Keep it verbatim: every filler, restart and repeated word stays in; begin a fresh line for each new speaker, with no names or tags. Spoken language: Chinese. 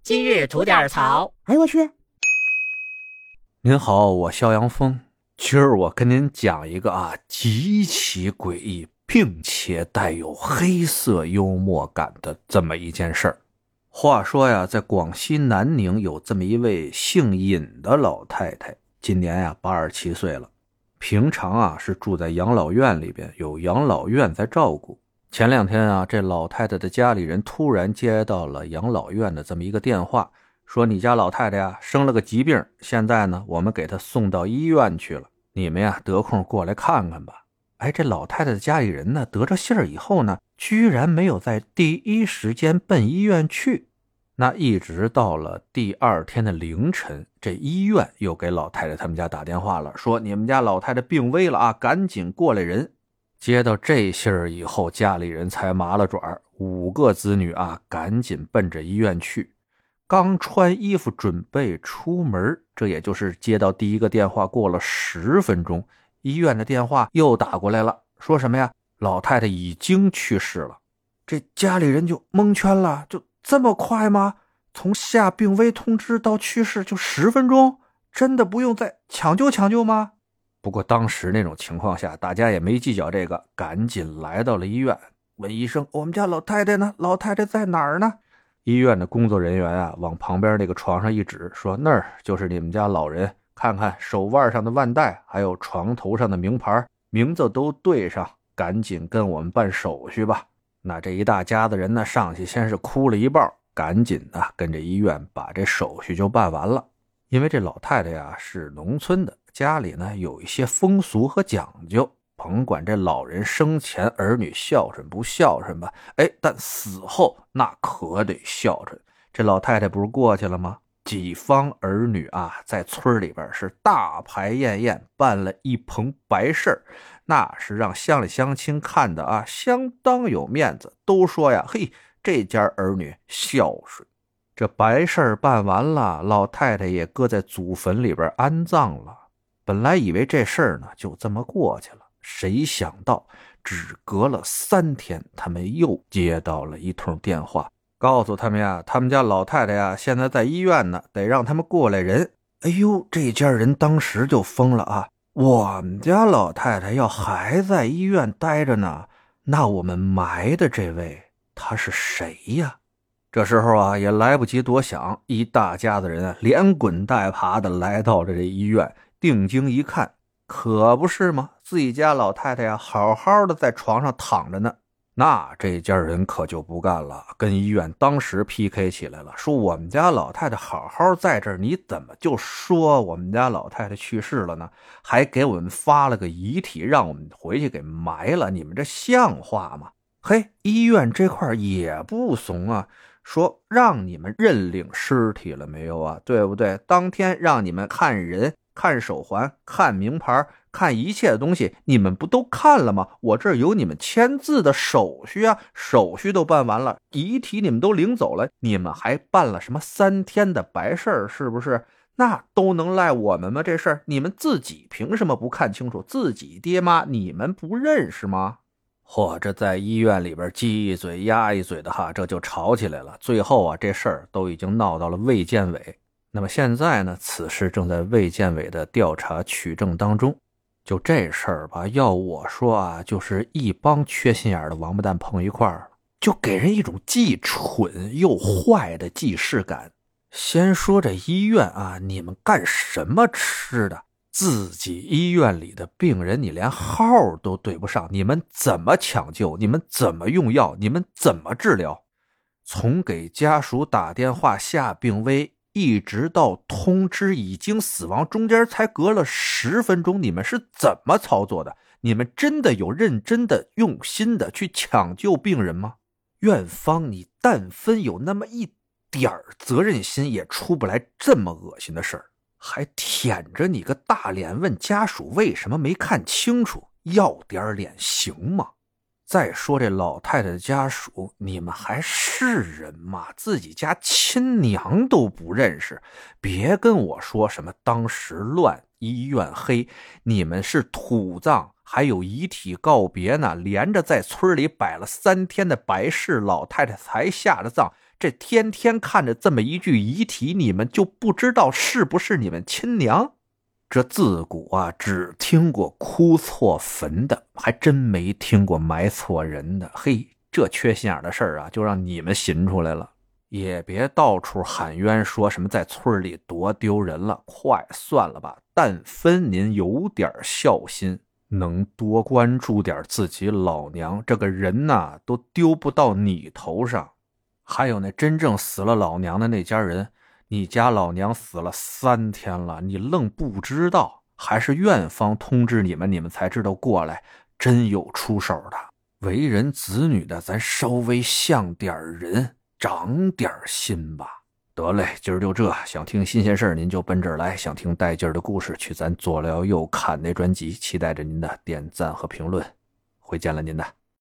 今日吐点槽。
哎我去！
您好，我肖阳峰。今儿我跟您讲一个啊极其诡异并且带有黑色幽默感的这么一件事儿。话说呀，在广西南宁有这么一位姓尹的老太太，今年呀八十七岁了。平常啊是住在养老院里边，有养老院在照顾。前两天啊，这老太太的家里人突然接到了养老院的这么一个电话，说你家老太太呀生了个疾病，现在呢我们给她送到医院去了，你们呀得空过来看看吧。哎，这老太太的家里人呢得着信儿以后呢，居然没有在第一时间奔医院去。那一直到了第二天的凌晨，这医院又给老太太他们家打电话了，说你们家老太太病危了啊，赶紧过来人。接到这信儿以后，家里人才麻了爪，五个子女啊赶紧奔着医院去。刚穿衣服准备出门，这也就是接到第一个电话过了十分钟，医院的电话又打过来了，说什么呀？老太太已经去世了。这家里人就蒙圈了，就这么快吗？从下病危通知到去世就十分钟？真的不用再抢救抢救吗？不过当时那种情况下，大家也没计较这个，赶紧来到了医院，问医生，我们家老太太呢？老太太在哪儿呢？医院的工作人员啊，往旁边那个床上一指，说那儿就是你们家老人，看看手腕上的腕带，还有床头上的名牌，名字都对上，赶紧跟我们办手续吧。那这一大家子人呢，上去先是哭了一抱，赶紧的跟着医院把这手续就办完了。因为这老太太呀是农村的，家里呢有一些风俗和讲究，甭管这老人生前儿女孝顺不孝顺吧，哎，但死后那可得孝顺。这老太太不是过去了吗？几方儿女啊，在村里边是大排宴宴，办了一棚白事儿，那是让乡里乡亲看的啊，相当有面子，都说呀，嘿，这家儿女孝顺。这白事儿办完了，老太太也搁在祖坟里边安葬了。本来以为这事儿呢就这么过去了，谁想到只隔了三天，他们又接到了一通电话，告诉他们呀，他们家老太太呀现在在医院呢，得让他们过来人。哎呦，这家人当时就疯了啊！我们家老太太要还在医院待着呢，那我们埋的这位他是谁呀？这时候啊也来不及多想，一大家子人啊连滚带爬的来到了这医院，定睛一看，可不是吗？自己家老太太呀好好的在床上躺着呢。那这家人可就不干了，跟医院当时 P K 起来了，说我们家老太太好好在这儿，你怎么就说我们家老太太去世了呢？还给我们发了个遗体，让我们回去给埋了，你们这像话吗？嘿，医院这块也不怂啊，说让你们认领尸体了没有啊？对不对？当天让你们看人，看手环，看名牌，看一切的东西，你们不都看了吗？我这儿有你们签字的手续啊，手续都办完了，遗体你们都领走了，你们还办了什么三天的白事儿，是不是？那都能赖我们吗？这事儿你们自己凭什么不看清楚？自己爹妈你们不认识吗？嚯，这在医院里边鸡一嘴鸭一嘴的哈，这就吵起来了。最后啊，这事儿都已经闹到了卫健委。那么现在呢，此事正在卫健委的调查取证当中。就这事儿吧，要我说啊，就是一帮缺心眼的王八蛋碰一块儿，就给人一种既蠢又坏的既视感。先说这医院啊，你们干什么吃的？自己医院里的病人你连号都对不上，你们怎么抢救？你们怎么用药？你们怎么治疗？从给家属打电话下病危一直到通知已经死亡，中间才隔了十分钟，你们是怎么操作的？你们真的有认真的用心的去抢救病人吗？院方你但分有那么一点责任心，也出不来这么恶心的事儿，还舔着你个大脸问家属为什么没看清楚，要点脸行吗？再说这老太太的家属，你们还是人吗？自己家亲娘都不认识，别跟我说什么当时乱医院黑，你们是土葬还有遗体告别呢，连着在村里摆了三天的白事，老太太才下了葬， 这天天看着这么一具遗体，你们就不知道是不是你们亲娘？这自古啊，只听过哭错坟的，还真没听过埋错人的。嘿，这缺心眼的事儿啊，就让你们寻出来了。也别到处喊冤，说什么在村里多丢人了，快算了吧。但分您有点孝心，能多关注点自己老娘，这个人呐，都丢不到你头上。还有那真正死了老娘的那家人，你家老娘死了三天了，你愣不知道，还是院方通知你们，你们才知道过来，真有出手的。为人子女的，咱稍微像点人，长点心吧。得嘞，今儿就这，想听新鲜事儿您就奔这儿来，想听带劲儿的故事去咱左聊右侃那专辑，期待着您的点赞和评论，回见了您的。